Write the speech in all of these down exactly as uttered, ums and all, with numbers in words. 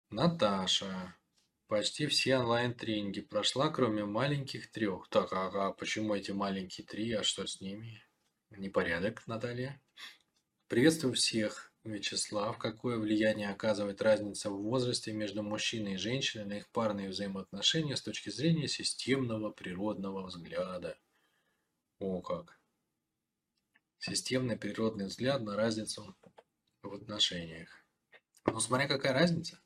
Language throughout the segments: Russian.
Наташа. Почти все онлайн-тренинги прошла, кроме маленьких трех. Так, ага, почему эти маленькие три? А что с ними? Непорядок, Наталья. Приветствую всех, Вячеслав. Какое влияние оказывает разница в возрасте между мужчиной и женщиной на их парные взаимоотношения с точки зрения системного природного взгляда? О, как. Системный природный взгляд на разницу в отношениях. Ну, смотря какая разница.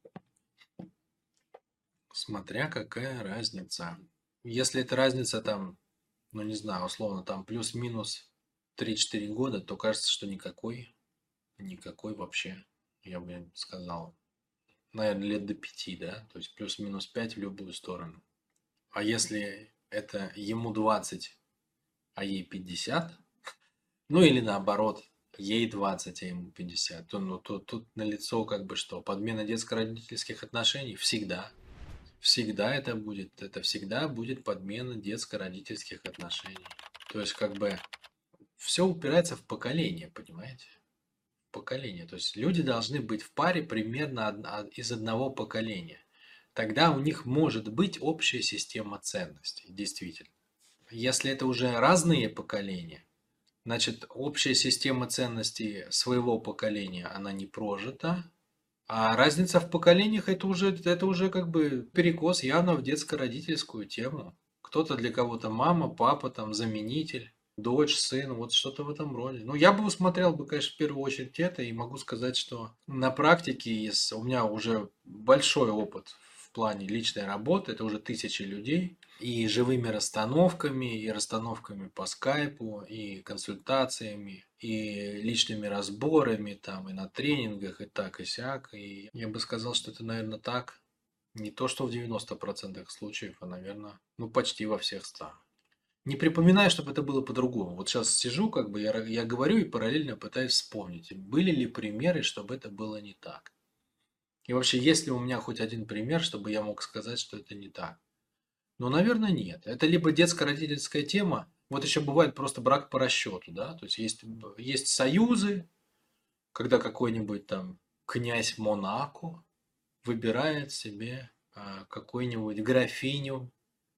Смотря какая разница. Если эта разница там, ну не знаю, условно там плюс-минус три-четыре года, то кажется, что никакой, никакой вообще, я бы сказал. Наверное, лет до пяти, да? То есть плюс-минус пять в любую сторону. А если это ему двадцать, а ей пятьдесят, ну или наоборот, ей двадцать, а ему пятьдесят, то, ну, то тут налицо как бы что? Подмена детско-родительских отношений всегда. Всегда это будет, это всегда будет подмена детско-родительских отношений. То есть, как бы, все упирается в поколение, понимаете? Поколение. То есть, люди должны быть в паре примерно из одного поколения. Тогда у них может быть общая система ценностей, действительно. Если это уже разные поколения, значит, общая система ценностей своего поколения, она не прожита, а разница в поколениях это уже, это уже как бы перекос явно в детско-родительскую тему. Кто-то для кого-то мама, папа, там, заменитель, дочь, сын, вот что-то в этом роде. Ну, я бы усмотрел бы, конечно, в первую очередь это, и могу сказать, что на практике есть, у меня уже большой опыт в плане личной работы, это уже тысячи людей, и живыми расстановками, и расстановками по скайпу, и консультациями, и личными разборами, там, и на тренингах, и так, и сяк. И я бы сказал, что это, наверное, так. Не то, что в девяноста процентах случаев, а, наверное, ну, почти во всех ста. Не припоминаю, чтобы это было по-другому. Вот сейчас сижу, как бы, я, я говорю и параллельно пытаюсь вспомнить, были ли примеры, чтобы это было не так. И вообще, есть ли у меня хоть один пример, чтобы я мог сказать, что это не так? Ну, наверное, нет. Это либо детско-родительская тема, вот еще бывает просто брак по расчету, да, то есть есть, есть союзы, когда какой-нибудь там князь Монако выбирает себе а, какую-нибудь графиню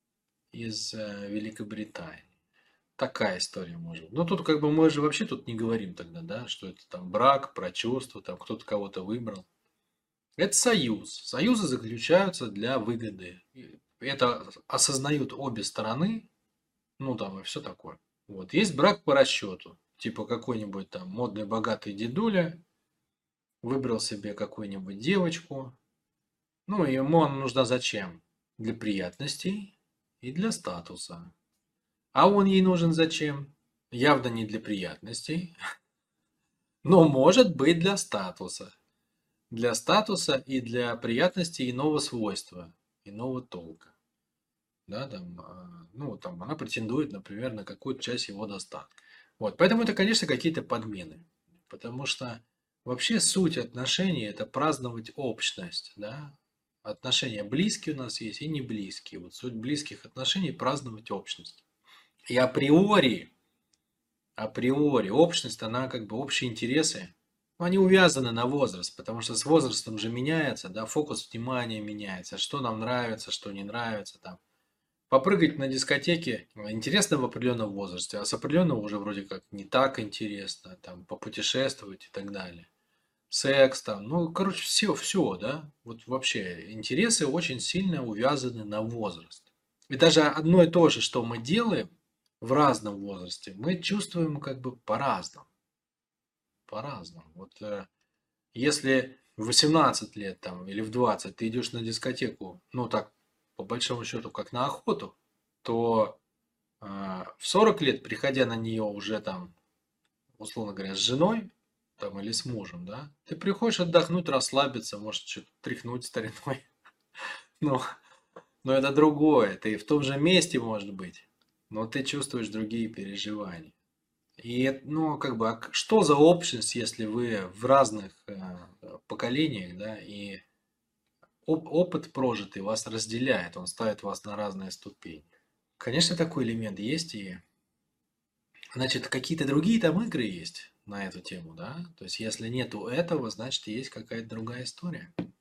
из а, Великобритании. Такая история может быть. Ну, тут как бы мы же вообще тут не говорим тогда, да, что это там брак, про чувства, там кто-то кого-то выбрал. Это союз. Союзы заключаются для выгоды. Это осознают обе стороны, ну там и все такое. Вот. Есть брак по расчету. Типа какой-нибудь там модный богатый дедуля выбрал себе какую-нибудь девочку. Ну, и ему она нужна зачем? Для приятностей и для статуса. А он ей нужен зачем? Явно не для приятностей, но может быть для статуса. Для статуса и для приятности иного свойства, иного толка. Да, там, а, ну, там она претендует, например, на какую-то часть его достатка. Вот, поэтому это, конечно, какие-то подмены. Потому что вообще суть отношений– это праздновать общность, да. Отношения близкие у нас есть и не близкие. Вот суть близких отношений– праздновать общность. И априори, априори общность, она как бы общие интересы, ну, они увязаны на возраст, потому что с возрастом же меняется, да, фокус внимания меняется, что нам нравится, что не нравится, там. Попрыгать на дискотеке интересно в определенном возрасте, а с определенного уже вроде как не так интересно, там, попутешествовать и так далее. Секс там, ну, короче, все, все, да. Вот вообще интересы очень сильно увязаны на возраст. И даже одно и то же, что мы делаем в разном возрасте, мы чувствуем как бы по-разному. По-разному. Вот э, если в восемнадцать лет там или в двадцать ты идешь на дискотеку, ну так, по большому счету, как на охоту, то а, в сорок лет, приходя на нее уже там, условно говоря, с женой там, или с мужем, да, ты приходишь отдохнуть, расслабиться, может, что-то тряхнуть стариной. Но, но это другое. Ты в том же месте, может быть, но ты чувствуешь другие переживания. И, это, ну, как бы, а что за общность, если вы в разных э, поколениях, да, и оп- опыт прожитый вас разделяет, он ставит вас на разные ступени. Конечно, такой элемент есть, и значит, какие-то другие там игры есть на эту тему, да? То есть, если нету этого, значит, есть какая-то другая история.